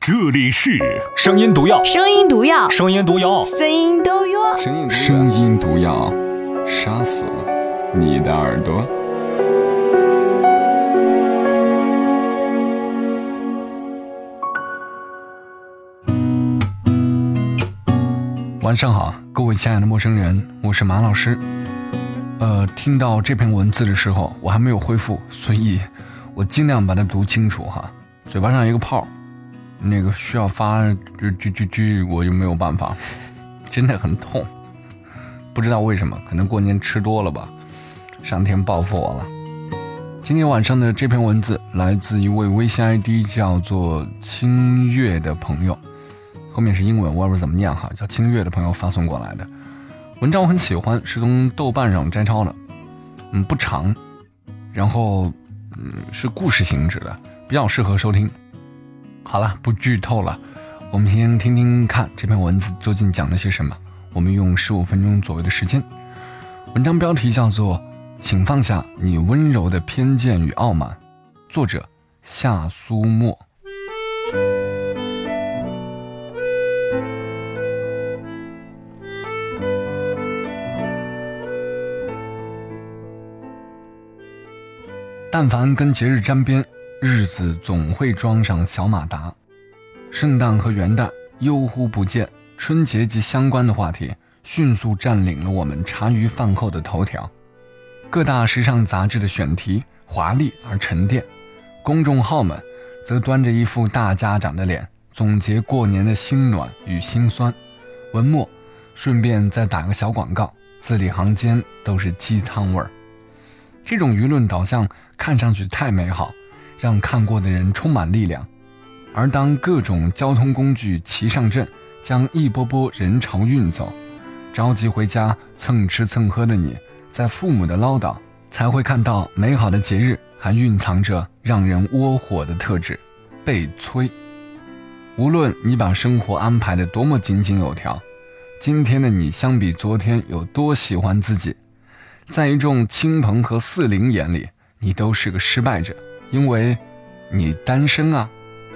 这里是声音毒药， 声音毒药， 声音毒药， 声音都有。 声音毒药，杀死你的耳朵。晚上好，各位亲爱的陌生人，我是马老师。听到这篇文字的时候，我还没有恢复，所以我尽量把它读清楚哈。嘴巴上有一个泡，那个需要发我就没有办法，真的很痛，不知道为什么，可能过年吃多了吧，上天报复我了。今天晚上的这篇文字来自一位微信 ID 叫做清月的朋友，后面是英文，我也不知道怎么念哈，叫清月的朋友发送过来的文章，我很喜欢，是从豆瓣上摘抄的，不长，然后是故事性质的，比较适合收听。好了，不剧透了，我们先听听看这篇文字究竟讲了些什么。我们用15分钟左右的时间。文章标题叫做请放下你温柔的偏见与傲慢，作者夏苏沫。但凡跟节日沾边，日子总会装上小马达。圣诞和元旦悠忽不见，春节及相关的话题迅速占领了我们茶余饭后的头条。各大时尚杂志的选题华丽而沉淀，公众号们则端着一副大家长的脸，总结过年的辛暖与辛酸。文末顺便再打个小广告，字里行间都是鸡汤味儿。这种舆论导向看上去太美好，让看过的人充满力量。而当各种交通工具齐上阵，将一波波人潮运走，着急回家蹭吃蹭喝的你，在父母的唠叨，才会看到美好的节日还蕴藏着让人窝火的特质——被催。无论你把生活安排得多么井井有条，今天的你相比昨天有多喜欢自己，在一众亲朋和四邻眼里，你都是个失败者，因为你单身啊。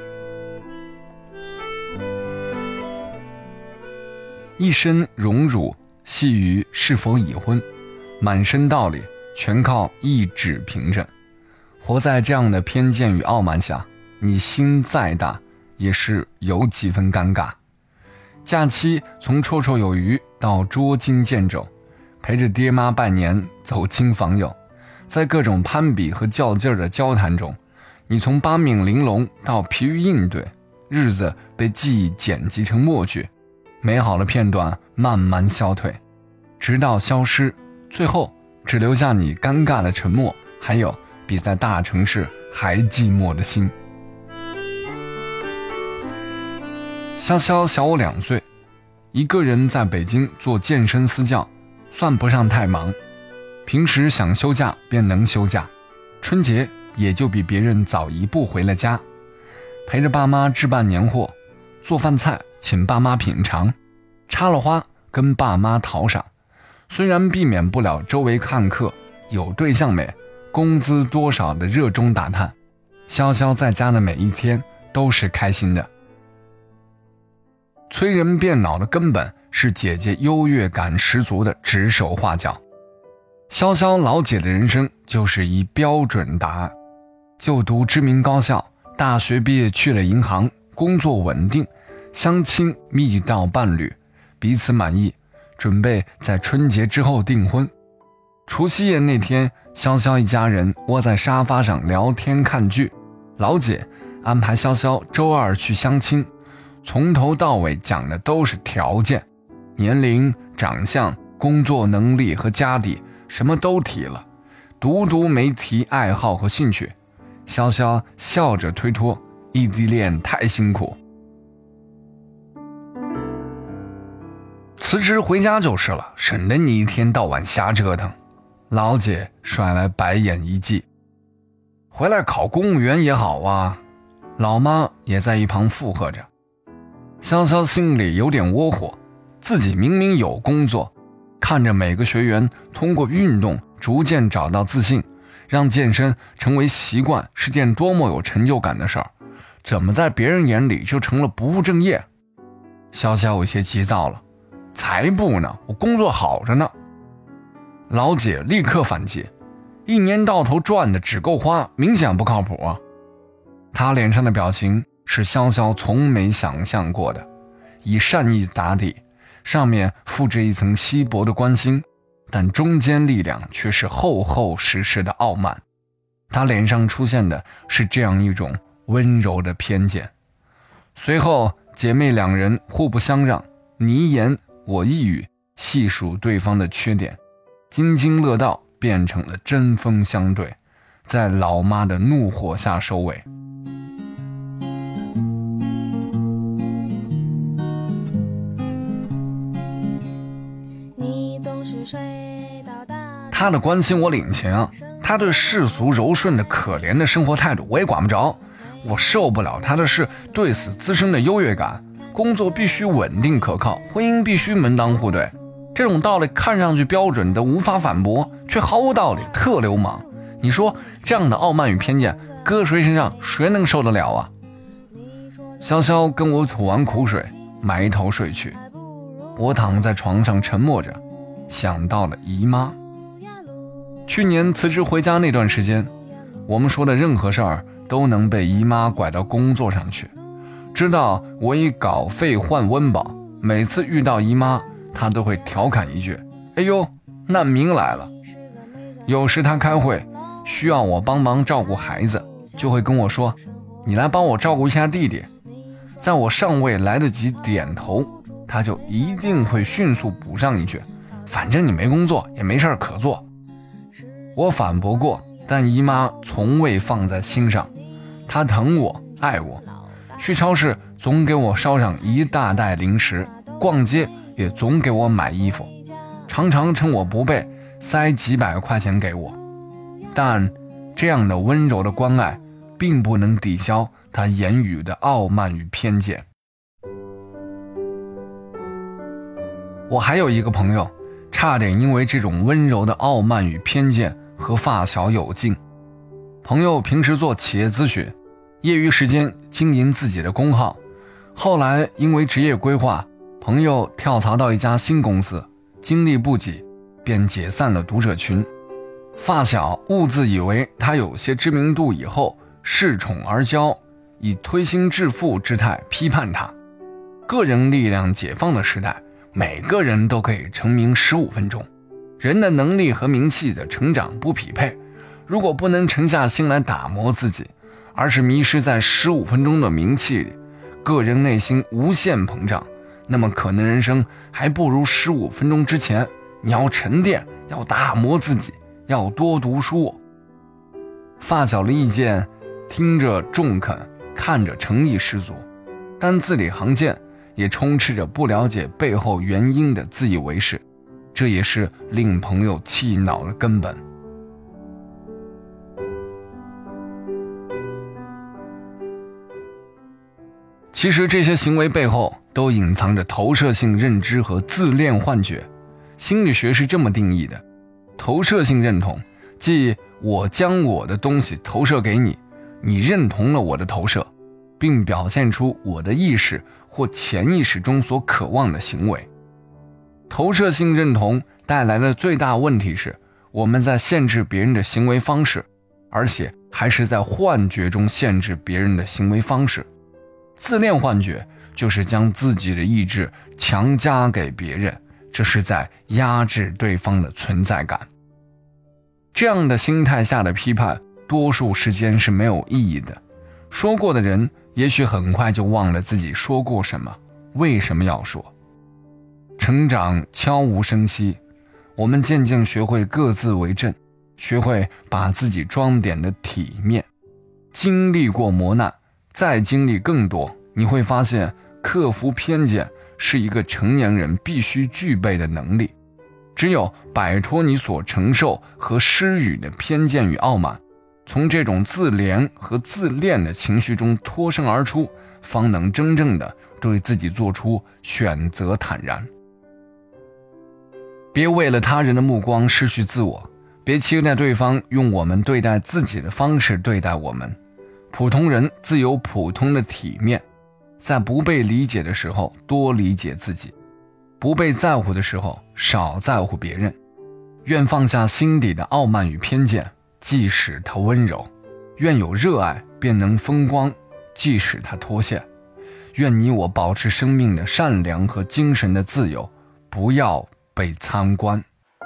一身荣辱系于是否已婚，满身道理全靠一纸凭证。活在这样的偏见与傲慢下，你心再大也是有几分尴尬。假期从绰绰有余到捉襟见肘，陪着爹妈拜年，走亲访友，在各种攀比和较劲儿的交谈中，你从八面玲珑到疲于应对，日子被记忆剪辑成默剧，美好的片段慢慢消退，直到消失，最后只留下你尴尬的沉默，还有比在大城市还寂寞的心。潇潇小我2岁，一个人在北京做健身私教，算不上太忙，平时想休假便能休假，春节也就比别人早一步回了家，陪着爸妈置办年货，做饭菜请爸妈品尝，插了花跟爸妈讨赏。虽然避免不了周围看客有对象没，工资多少的热衷打探，潇潇在家的每一天都是开心的。催人变老的根本是姐姐优越感十足的指手画脚。潇潇老姐的人生就是一标准答案，就读知名高校，大学毕业去了银行，工作稳定，相亲觅到伴侣，彼此满意，准备在春节之后订婚。除夕夜那天，潇潇一家人窝在沙发上聊天看剧，老姐安排潇潇周二去相亲，从头到尾讲的都是条件，年龄、长相、工作能力和家底什么都提了，独独没提爱好和兴趣。潇潇笑着推脱，异地恋太辛苦，辞职回家就是了，省得你一天到晚瞎折腾。老姐甩来白眼一记，回来考公务员也好啊。老妈也在一旁附和着。潇潇心里有点窝火，自己明明有工作，看着每个学员通过运动逐渐找到自信，让健身成为习惯是件多么有成就感的事儿， 怎么在别人眼里就成了不务正业？潇潇有些急躁了，才不呢，我工作好着呢。老姐立刻反击，一年到头赚的只够花，明显不靠谱啊。她脸上的表情是潇潇从没想象过的，以善意打底，上面附着一层稀薄的关心，但中间力量却是厚厚实实的傲慢。她脸上出现的是这样一种温柔的偏见。随后姐妹两人互不相让，你一言我一语，细数对方的缺点，津津乐道变成了针锋相对，在老妈的怒火下收尾。他的关心我领情，他对世俗柔顺的可怜的生活态度我也管不着。我受不了他的是对死滋生的优越感，工作必须稳定可靠，婚姻必须门当户对，这种道理看上去标准的无法反驳，却毫无道理，特流氓。你说这样的傲慢与偏见搁谁身上谁能受得了啊？潇潇跟我吐完苦水，埋头睡去。我躺在床上沉默着，想到了姨妈。去年辞职回家那段时间，我们说的任何事儿都能被姨妈拐到工作上去，知道我以稿费换温饱，每次遇到姨妈，她都会调侃一句：哎呦，难民来了。有时她开会需要我帮忙照顾孩子，就会跟我说：你来帮我照顾一下弟弟。在我尚未来得及点头，她就一定会迅速补上一句：反正你没工作也没事可做。我反驳过，但姨妈从未放在心上，她疼我爱我，去超市总给我捎上一大袋零食，逛街也总给我买衣服，常常趁我不备塞几百块钱给我。但这样的温柔的关爱并不能抵消她言语的傲慢与偏见。我还有一个朋友，差点因为这种温柔的傲慢与偏见和发小有劲。朋友平时做企业咨询，业余时间经营自己的公号，后来因为职业规划，朋友跳槽到一家新公司，精力不济，便解散了读者群。发小误自以为他有些知名度以后恃宠而骄，以推心置腹之态批判他。个人力量解放的时代，每个人都可以成名15分钟，人的能力和名气的成长不匹配，如果不能沉下心来打磨自己，而是迷失在15分钟的名气里，个人内心无限膨胀，那么可能人生还不如15分钟之前，你要沉淀，要打磨自己，要多读书。发小的意见听着中肯，看着诚意十足，但字里行间也充斥着不了解背后原因的自以为是，这也是令朋友气恼的根本。其实这些行为背后都隐藏着投射性认知和自恋幻觉。心理学是这么定义的：投射性认同，即我将我的东西投射给你，你认同了我的投射，并表现出我的意识或潜意识中所渴望的行为。投射性认同带来的最大问题是，我们在限制别人的行为方式，而且还是在幻觉中限制别人的行为方式。自恋幻觉就是将自己的意志强加给别人，这是在压制对方的存在感。这样的心态下的批判，多数时间是没有意义的。说过的人也许很快就忘了自己说过什么，为什么要说。成长悄无声息，我们渐渐学会各自为政，学会把自己装点的体面。经历过磨难，再经历更多，你会发现克服偏见是一个成年人必须具备的能力。只有摆脱你所承受和施予的偏见与傲慢，从这种自怜和自恋的情绪中脱身而出，方能真正的对自己做出选择坦然。别为了他人的目光失去自我，别期待对方用我们对待自己的方式对待我们。 普通人自有普通的体面，在不被理解的时候多理解自己，不被在乎的时候少在乎别人。愿放下心底的傲慢与偏见，即使它温柔；愿有热爱，便能风光，即使它脱线。愿你我保持生命的善良和精神的自由，不要被参观。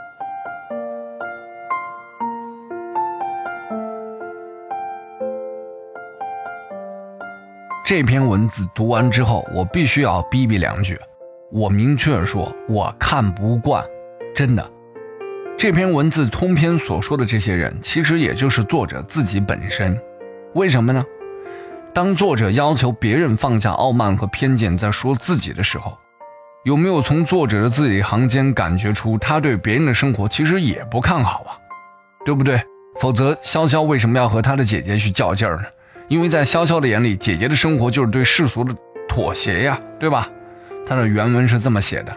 这篇文字读完之后，我必须要逼逼两句。我明确说，我看不惯，真的。这篇文字通篇所说的这些人，其实也就是作者自己本身。为什么呢？当作者要求别人放下傲慢和偏见，在说自己的时候，有没有从作者的字里行间感觉出他对别人的生活其实也不看好啊？对不对？否则潇潇为什么要和他的姐姐去较劲儿呢？因为在潇潇的眼里，姐姐的生活就是对世俗的妥协呀，对吧？他的原文是这么写的：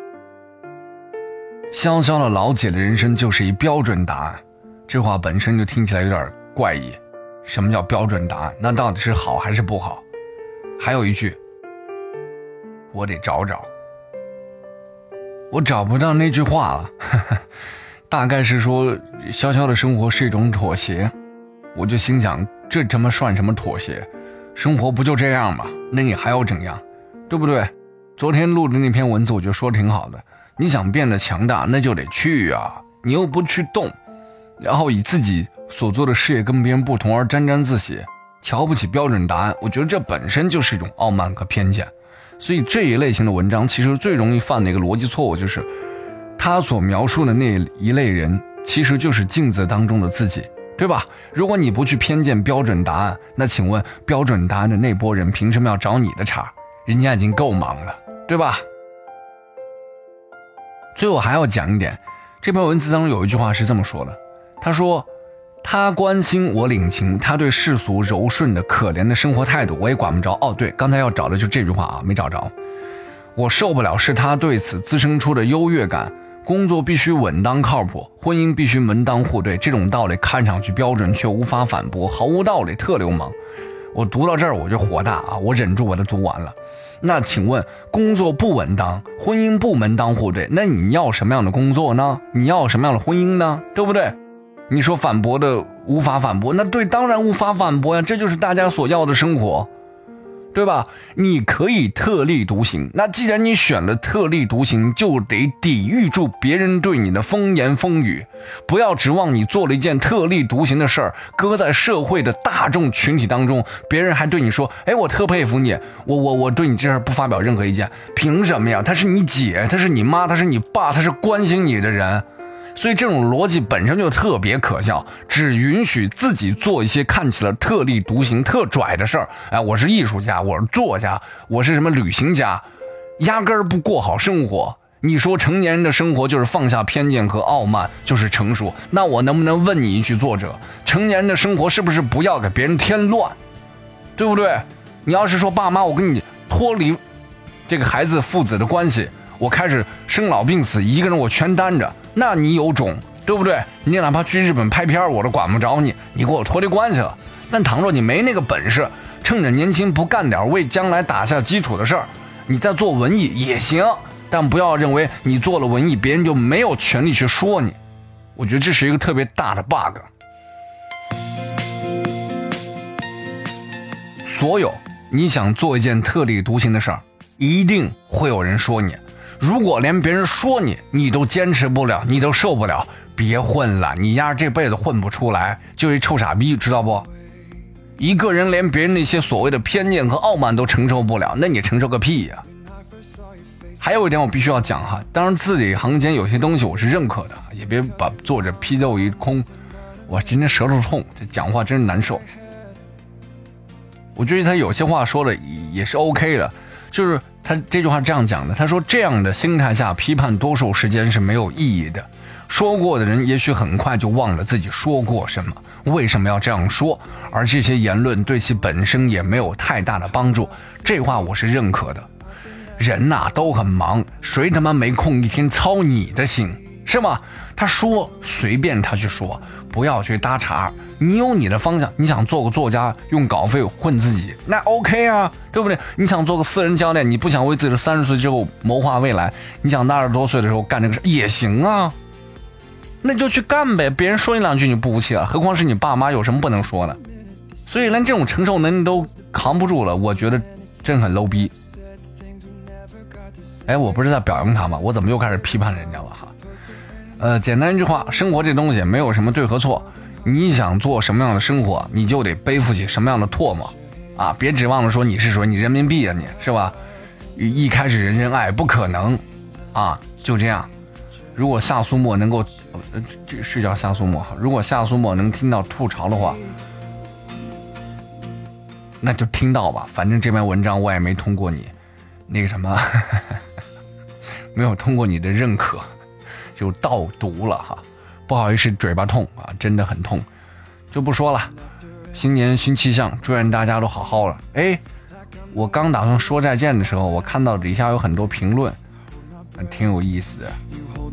潇潇的老姐的人生就是一标准答案。这话本身就听起来有点怪异。什么叫标准答案？那到底是好还是不好？还有一句，我得找找，我找不到那句话了。大概是说潇潇的生活是一种妥协。我就心想，这他妈算什么妥协？生活不就这样吗？那你还要怎样？对不对？昨天录的那篇文字我就说挺好的，你想变得强大，那就得去啊，你又不去动，然后以自己所做的事业跟别人不同而沾沾自喜，瞧不起标准答案，我觉得这本身就是一种傲慢和偏见。所以这一类型的文章其实最容易犯的一个逻辑错误，就是他所描述的那一类人其实就是镜子当中的自己，对吧？如果你不去偏见标准答案，那请问标准答案的那波人凭什么要找你的茬？人家已经够忙了，对吧？最后还要讲一点，这篇文字当中有一句话是这么说的，他说他关心我领情，他对世俗柔顺的可怜的生活态度我也管不着。哦对，刚才要找的就这句话啊，没找着。我受不了是他对此滋生出的优越感，工作必须稳当靠谱，婚姻必须门当户对，这种道理看上去标准却无法反驳，毫无道理，特流氓。我读到这儿我就火大啊，我忍住把它读完了。那请问工作不稳当，婚姻不门当户对，那你要什么样的工作呢？你要什么样的婚姻呢？对不对？你说反驳的无法反驳，那对，当然无法反驳呀，这就是大家所要的生活，对吧？你可以特立独行，那既然你选了特立独行，就得抵御住别人对你的风言风语，不要指望你做了一件特立独行的事儿，搁在社会的大众群体当中，别人还对你说，哎，我特佩服你，我对你这事儿不发表任何意见，凭什么呀？他是你姐，他是你妈，他是你爸，他是关心你的人。所以这种逻辑本身就特别可笑，只允许自己做一些看起来特立独行特拽的事儿。哎，我是艺术家，我是作家，我是什么旅行家，压根儿不过好生活。你说成年人的生活就是放下偏见和傲慢就是成熟，那我能不能问你一句，作者，成年人的生活是不是不要给别人添乱，对不对？你要是说爸妈我跟你脱离这个孩子父子的关系，我开始生老病死一个人我全担着，那你有种，对不对？你哪怕去日本拍片我都管不着你，你给我脱离关系了。但倘若你没那个本事，趁着年轻不干点为将来打下基础的事儿，你在做文艺也行，但不要认为你做了文艺别人就没有权利去说你，我觉得这是一个特别大的 bug。 所有你想做一件特立独行的事儿，一定会有人说你。如果连别人说你都坚持不了，你都受不了，别混了，你丫这辈子混不出来，就是一臭傻逼，知道不？一个人连别人那些所谓的偏见和傲慢都承受不了，那你承受个屁呀！还有一点我必须要讲哈，当然字里行间有些东西我是认可的，也别把作者批斗一空。我今天舌头痛，这讲话真是难受。我觉得他有些话说的也是 OK 的，就是他这句话这样讲的，他说这样的心态下批判多数时间是没有意义的，说过的人也许很快就忘了自己说过什么，为什么要这样说，而这些言论对其本身也没有太大的帮助，这话我是认可的。人呐都很忙，谁他妈没空一天操你的心？ 是吗？他说随便他去说，不要去搭茬。你有你的方向，你想做个作家，用稿费混自己，那 OK 啊，对不对？你想做个私人教练，你不想为自己的30岁之后谋划未来，你想80多岁的时候干这个事也行啊，那就去干呗。别人说你2句你不服气了，何况是你爸妈，有什么不能说的？所以连这种承受能力都扛不住了，我觉得真很 low 逼。哎，我不是在表扬他吗？我怎么又开始批判人家了哈？简单一句话，生活这东西没有什么对和错，你想做什么样的生活，你就得背负起什么样的唾沫啊！别指望着说你是谁，你人民币啊，你是吧？一开始人人爱，不可能啊！就这样。如果夏苏沫能够，这是叫夏苏沫，如果夏苏沫能听到吐槽的话，那就听到吧。反正这篇文章我也没通过你那个什么，没有通过你的认可。就盗读了哈，不好意思，嘴巴痛啊，真的很痛，就不说了。新年新气象，祝愿大家都好好了。哎，我刚打算说再见的时候，我看到底下有很多评论，挺有意思的。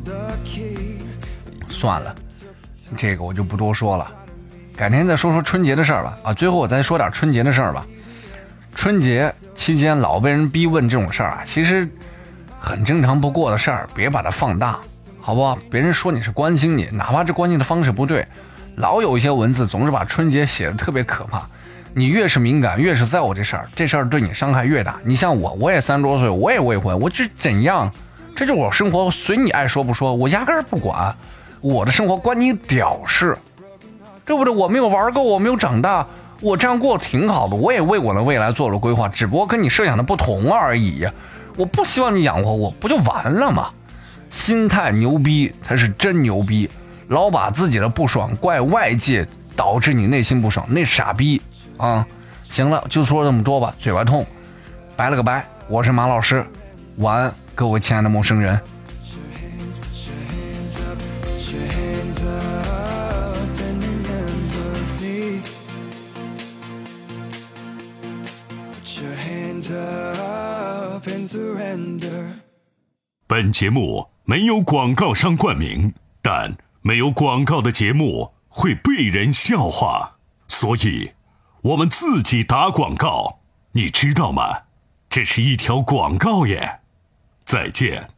算了，这个我就不多说了，改天再说说春节的事儿吧。啊，最后我再说点春节的事儿吧。春节期间老被人逼问这种事儿啊，其实很正常不过的事儿，别把它放大。好不好？别人说你是关心你，哪怕这关心的方式不对，老有一些文字总是把春节写的特别可怕。你越是敏感，越是在乎这事儿对你伤害越大。你像我也30多岁，我也未婚，我这怎样？这就是我生活，随你爱说不说，我压根儿不管。我的生活关你屌事，对不对？我没有玩够，我没有长大，我这样过挺好的，我也为我的未来做了规划，只不过跟你设想的不同而已。我不希望你养活我，不就完了吗？心态牛逼才是真牛逼，老把自己的不爽怪外界，导致你内心不爽，那傻逼啊！行了，就说这么多吧，嘴巴痛，拜了个拜，我是马老师，晚安，各位亲爱的陌生人。 本节目没有广告商冠名，但没有广告的节目会被人笑话，所以我们自己打广告，你知道吗？这是一条广告耶。再见。